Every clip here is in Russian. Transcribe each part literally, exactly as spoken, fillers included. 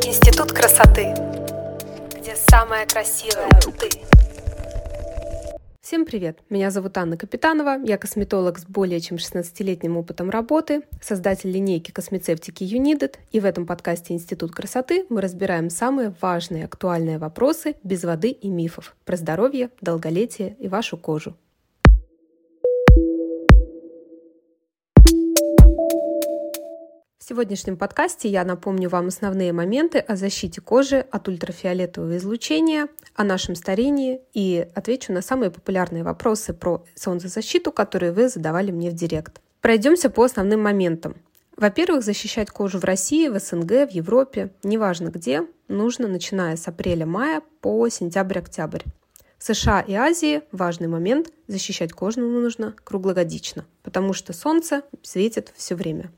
Институт красоты, где самая красивая ты. Всем привет! Меня зовут Анна Капитанова, я косметолог с более чем шестнадцатилетним опытом работы, создатель линейки космецевтики Юнидед, и в этом подкасте «Институт красоты» мы разбираем самые важные актуальные вопросы без воды и мифов про здоровье, долголетие и вашу кожу. В сегодняшнем подкасте я напомню вам основные моменты о защите кожи от ультрафиолетового излучения, о нашем старении и отвечу на самые популярные вопросы про солнцезащиту, которые вы задавали мне в директ. Пройдемся по основным моментам. Во-первых, защищать кожу в России, в СНГ, в Европе, неважно где, нужно начиная с апреля-мая по сентябрь-октябрь. В США и Азии важный момент – защищать кожу нужно круглогодично, потому что солнце светит все время.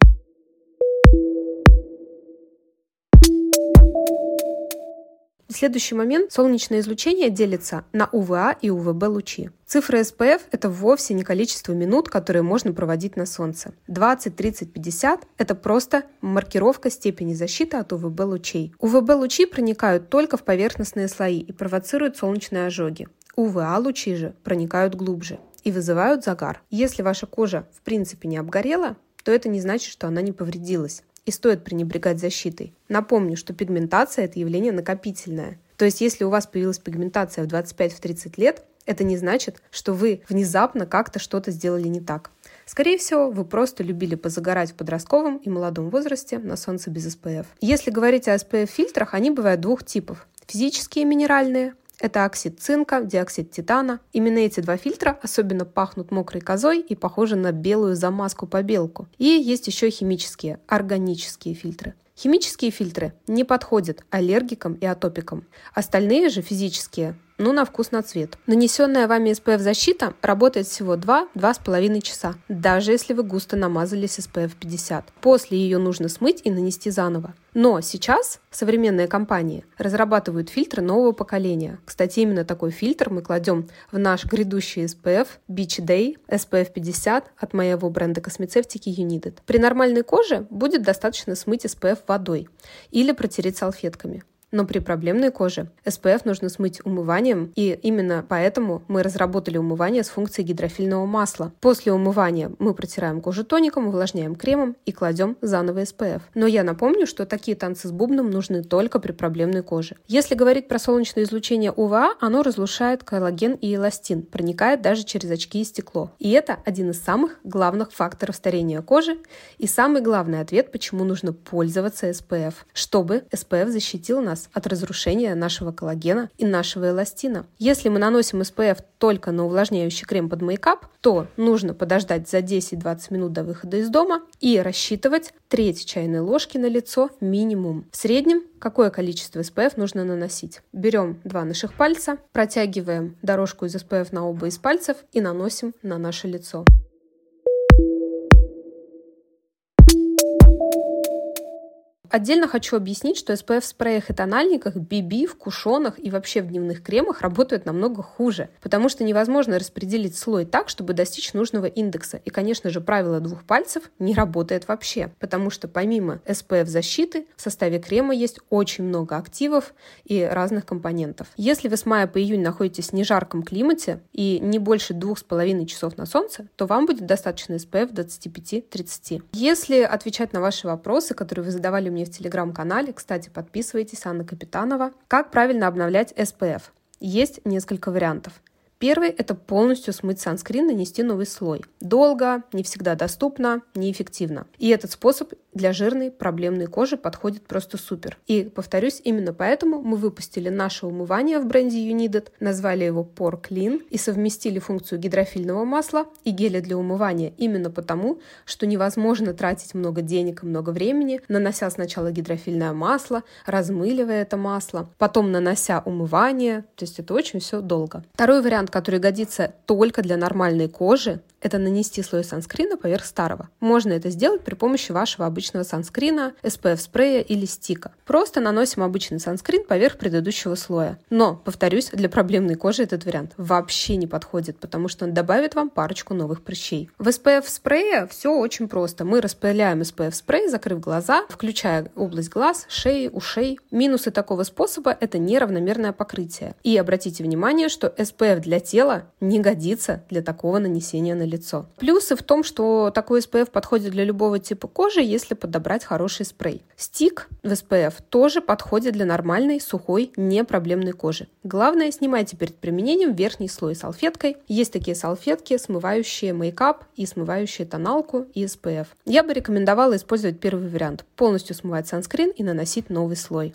Следующий момент. Солнечное излучение делится на У В А и У В Б лучи. Цифра эс пэ эф – это вовсе не количество минут, которые можно проводить на солнце. двадцать, тридцать, пятьдесят – это просто маркировка степени защиты от У В Б лучей. У В Б лучи проникают только в поверхностные слои и провоцируют солнечные ожоги. У В А лучи же проникают глубже и вызывают загар. Если ваша кожа в принципе не обгорела, то это не значит, что она не повредилась. И стоит пренебрегать защитой. Напомню, что пигментация – это явление накопительное. То есть, если у вас появилась пигментация в двадцать пять - тридцать лет, это не значит, что вы внезапно как-то что-то сделали не так. Скорее всего, вы просто любили позагорать в подростковом и молодом возрасте на солнце без эс пэ эф. Если говорить о эс пэ эф-фильтрах, они бывают двух типов. Физические минеральные – это оксид цинка, диоксид титана. Именно эти два фильтра особенно пахнут мокрой козой и похожи на белую замазку-побелку. И есть еще химические, органические фильтры. Химические фильтры не подходят аллергикам и атопикам. Остальные же физические, ну на вкус, на цвет. Нанесенная вами эс пэ эф-защита работает всего два - два с половиной часа, даже если вы густо намазались эс пэ эф пятьдесят. После ее нужно смыть и нанести заново. Но сейчас современные компании разрабатывают фильтры нового поколения. Кстати, именно такой фильтр мы кладем в наш грядущий эс пэ эф Beach Day эс пэ эф пятьдесят от моего бренда космецевтики Юнидед. При нормальной коже будет достаточно смыть эс пэ эф водой или протереть салфетками. Но при проблемной коже эс пэ эф нужно смыть умыванием, и именно поэтому мы разработали умывание с функцией гидрофильного масла. После умывания мы протираем кожу тоником, увлажняем кремом и кладем заново эс пэ эф. Но я напомню, что такие танцы с бубном нужны только при проблемной коже. Если говорить про солнечное излучение У В А, оно разрушает коллаген и эластин, проникает даже через очки и стекло. И это один из самых главных факторов старения кожи и самый главный ответ, почему нужно пользоваться эс пэ эф, чтобы эс пэ эф защитил нас от разрушения нашего коллагена и нашего эластина. Если мы наносим эс пэ эф только на увлажняющий крем под мейкап, то нужно подождать за десять-двадцать минут до выхода из дома и рассчитывать треть чайной ложки на лицо минимум. В среднем какое количество эс пэ эф нужно наносить? Берем два наших пальца, протягиваем дорожку из эс пэ эф на оба из пальцев и наносим на наше лицо. Отдельно хочу объяснить, что эс пэ эф в спреях и тональниках, би би, в кушонах и вообще в дневных кремах работают намного хуже, потому что невозможно распределить слой так, чтобы достичь нужного индекса. И, конечно же, правило двух пальцев не работает вообще, потому что помимо эс пэ эф-защиты в составе крема есть очень много активов и разных компонентов. Если вы с мая по июнь находитесь в нежарком климате и не больше двух с половиной часов на солнце, то вам будет достаточно эс пэ эф двадцать пять - тридцать. Если отвечать на ваши вопросы, которые вы задавали мне в телеграм-канале, кстати, подписывайтесь, Анна Капитанова. Как правильно обновлять эс пэ эф? Есть несколько вариантов. Первый – это полностью смыть санскрин, нанести новый слой. Долго, не всегда доступно, неэффективно. И этот способ для жирной, проблемной кожи подходит просто супер. И, повторюсь, именно поэтому мы выпустили наше умывание в бренде Юнидед, назвали его Pore Clean и совместили функцию гидрофильного масла и геля для умывания именно потому, что невозможно тратить много денег и много времени, нанося сначала гидрофильное масло, размыливая это масло, потом нанося умывание, то есть это очень все долго. Второй вариант, который годится только для нормальной кожи, это нанести слой санскрина поверх старого. Можно это сделать при помощи вашего обычного санскрина, эс пи эф-спрея или стика. Просто наносим обычный санскрин поверх предыдущего слоя. Но, повторюсь, для проблемной кожи этот вариант вообще не подходит, потому что он добавит вам парочку новых прыщей. В эс пи эф-спрее все очень просто. Мы распыляем эс пи эф-спрей, закрыв глаза, включая область глаз, шеи, ушей. Минусы такого способа – это неравномерное покрытие. И обратите внимание, что эс пи эф для тела не годится для такого нанесения на лицо. Плюсы в том, что такой эс пи эф подходит для любого типа кожи, если подобрать хороший спрей. Стик в эс пи эф тоже подходит для нормальной, сухой, непроблемной кожи. Главное, снимайте перед применением верхний слой салфеткой. Есть такие салфетки, смывающие мейкап и смывающие тоналку и эс пи эф. Я бы рекомендовала использовать первый вариант. Полностью смывать санскрин и наносить новый слой.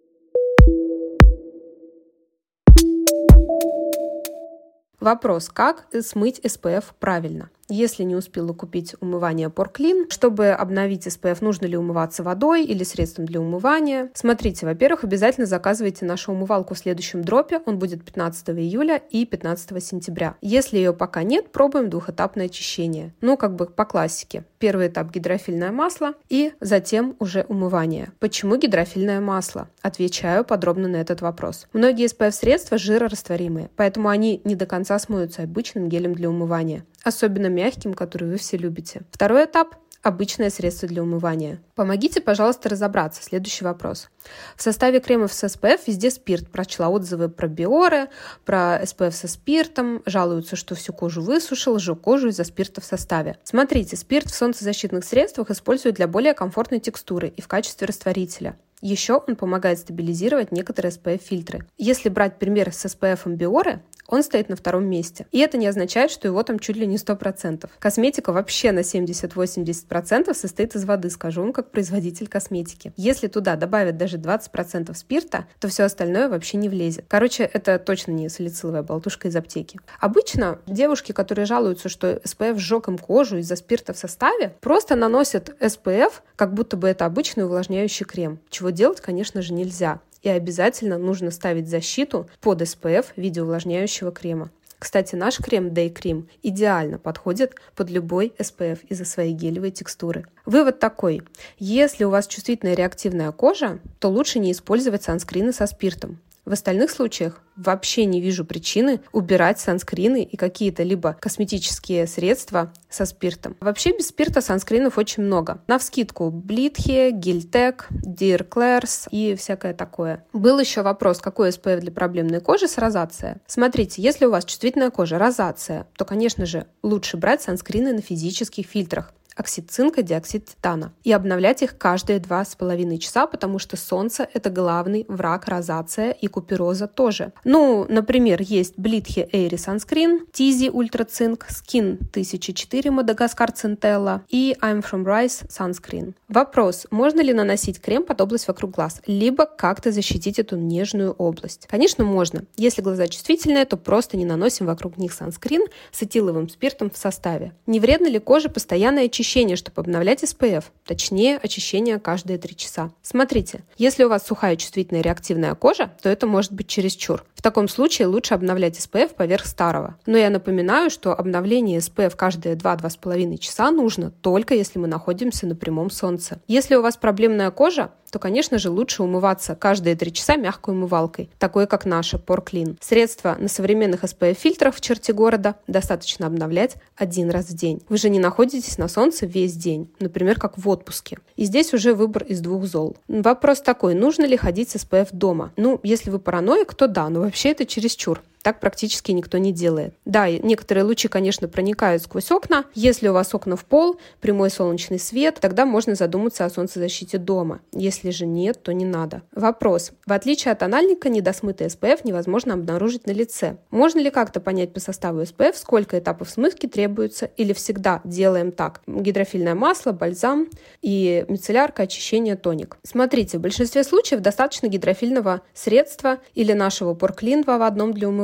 Вопрос, как смыть эс пи эф правильно? Если не успела купить умывание PoreClean, чтобы обновить эс пи эф, нужно ли умываться водой или средством для умывания? Смотрите, во-первых, обязательно заказывайте нашу умывалку в следующем дропе, он будет пятнадцатого июля и пятнадцатого сентября. Если ее пока нет, пробуем двухэтапное очищение. Ну, как бы по классике. Первый этап – гидрофильное масло и затем уже умывание. Почему гидрофильное масло? Отвечаю подробно на этот вопрос. Многие эс пи эф-средства жирорастворимые, поэтому они не до конца смоются обычным гелем для умывания. Особенно мягким, который вы все любите. Второй этап – обычное средство для умывания. Помогите, пожалуйста, разобраться. Следующий вопрос. В составе кремов с эс пи эф везде спирт. Прочла отзывы про Биоре, про эс пи эф со спиртом. Жалуются, что всю кожу высушил, сжег кожу из-за спирта в составе. Смотрите, спирт в солнцезащитных средствах используют для более комфортной текстуры и в качестве растворителя. Еще он помогает стабилизировать некоторые эс пи эф-фильтры. Если брать пример с эс пи эф Биоре, он стоит на втором месте. И это не означает, что его там чуть ли не сто процентов. Косметика вообще на семьдесят-восемьдесят процентов состоит из воды, скажу вам, как производитель косметики. Если туда добавят даже двадцать процентов спирта, то все остальное вообще не влезет. Короче, это точно не салициловая болтушка из аптеки. Обычно девушки, которые жалуются, что эс пи эф сжег им кожу из-за спирта в составе, просто наносят эс пи эф, как будто бы это обычный увлажняющий крем. Чего делать, конечно же, нельзя. И обязательно нужно ставить защиту под эс пи эф в виде увлажняющего крема. Кстати, наш крем Day Cream идеально подходит под любой эс пи эф из-за своей гелевой текстуры. Вывод такой. Если у вас чувствительная реактивная кожа, то лучше не использовать санскрины со спиртом. В остальных случаях вообще не вижу причины убирать санскрины и какие-то либо косметические средства со спиртом. Вообще без спирта санскринов очень много. Навскидку Блитхе, Гильтек, Dear Claire's и всякое такое. Был еще вопрос, какой эс пи эф для проблемной кожи с розация. Смотрите, если у вас чувствительная кожа, розация, то, конечно же, лучше брать санскрины на физических фильтрах. Оксид цинка, диоксид титана. И обновлять их каждые два с половиной часа, потому что солнце – это главный враг розация и купероза тоже. Ну, например, есть Блитхе Airy Sunscreen, Tizi Ultra Zinc, Skin тысяча четыре Madagascar Centella и I'm From Rice Sunscreen. Вопрос, можно ли наносить крем под область вокруг глаз, либо как-то защитить эту нежную область? Конечно, можно. Если глаза чувствительные, то просто не наносим вокруг них санскрин с этиловым спиртом в составе. Не вредно ли коже постоянное очищение, чтобы обновлять эс пи эф, точнее очищение каждые три часа. Смотрите, если у вас сухая чувствительная реактивная кожа, то это может быть чересчур. В таком случае лучше обновлять эс пи эф поверх старого. Но я напоминаю, что обновление эс пи эф каждые два-два с половиной часа нужно только если мы находимся на прямом солнце. Если у вас проблемная кожа, то, конечно же, лучше умываться каждые три часа мягкой умывалкой, такой как наша PoreClean. Средства на современных эс пи эф-фильтрах в черте города достаточно обновлять один раз в день. Вы же не находитесь на солнце весь день, например, как в отпуске. И здесь уже выбор из двух зол. Вопрос такой, нужно ли ходить с эс пи эф дома? Ну, если вы параноик, то да, но вообще это чересчур. Так практически никто не делает. Да, некоторые лучи, конечно, проникают сквозь окна. Если у вас окна в пол, прямой солнечный свет, тогда можно задуматься о солнцезащите дома. Если же нет, то не надо. Вопрос. В отличие от тональника, недосмытый эс пи эф невозможно обнаружить на лице. Можно ли как-то понять по составу эс пи эф, сколько этапов смывки требуется, или всегда делаем так? Гидрофильное масло, бальзам и мицеллярка, очищение, тоник. Смотрите, в большинстве случаев достаточно гидрофильного средства или нашего PoreClean два в одном для умывания.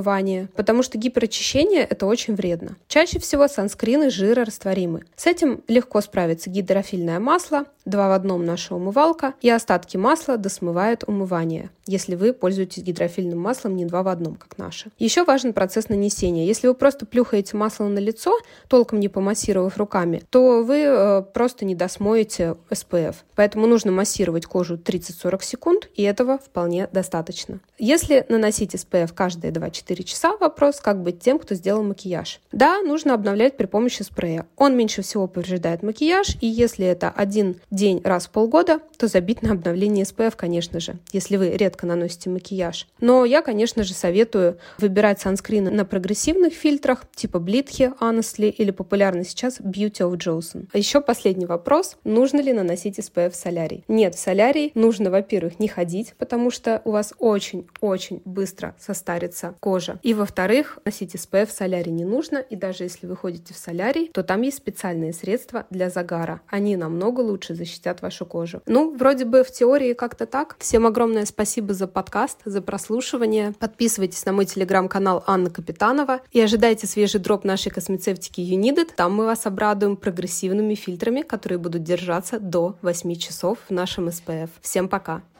умывания, потому что гиперочищение – это очень вредно. Чаще всего санскрины жирорастворимы. С этим легко справится гидрофильное масло, два в одном наша умывалка, и остатки масла досмывают умывание, если вы пользуетесь гидрофильным маслом не два в одном, как наше. Еще важен процесс нанесения. Если вы просто плюхаете масло на лицо, толком не помассировав руками, то вы э, просто не досмоете эс пэ эф. Поэтому нужно массировать кожу тридцать-сорок секунд, и этого вполне достаточно. Если наносить эс пэ эф каждые два-четыре часа, вопрос, как быть тем, кто сделал макияж. Да, нужно обновлять при помощи спрея. Он меньше всего повреждает макияж, и если это один день раз в полгода, то забить на обновление эс пэ эф, конечно же, если вы редко наносите макияж. Но я, конечно же, советую выбирать санскрины на прогрессивных фильтрах, типа Блитхи, Honestly или популярный сейчас Beauty of Joseon. А еще последний вопрос. Нужно ли наносить эс пэ эф в солярий? Нет, в солярий нужно, во-первых, не ходить, потому что у вас очень-очень быстро состарится кожа. И, во-вторых, носить эс пэ эф в солярий не нужно, и даже если вы ходите в солярий, то там есть специальные средства для загара. Они намного лучше защитят вашу кожу. Ну, вроде бы в теории как-то так. Всем огромное спасибо за подкаст, за прослушивание. Подписывайтесь на мой телеграм-канал Анна Капитанова и ожидайте свежий дроп нашей космецевтики You Need It. Там мы вас обрадуем прогрессивными фильтрами, которые будут держаться до восьми часов в нашем эс пэ эф. Всем пока!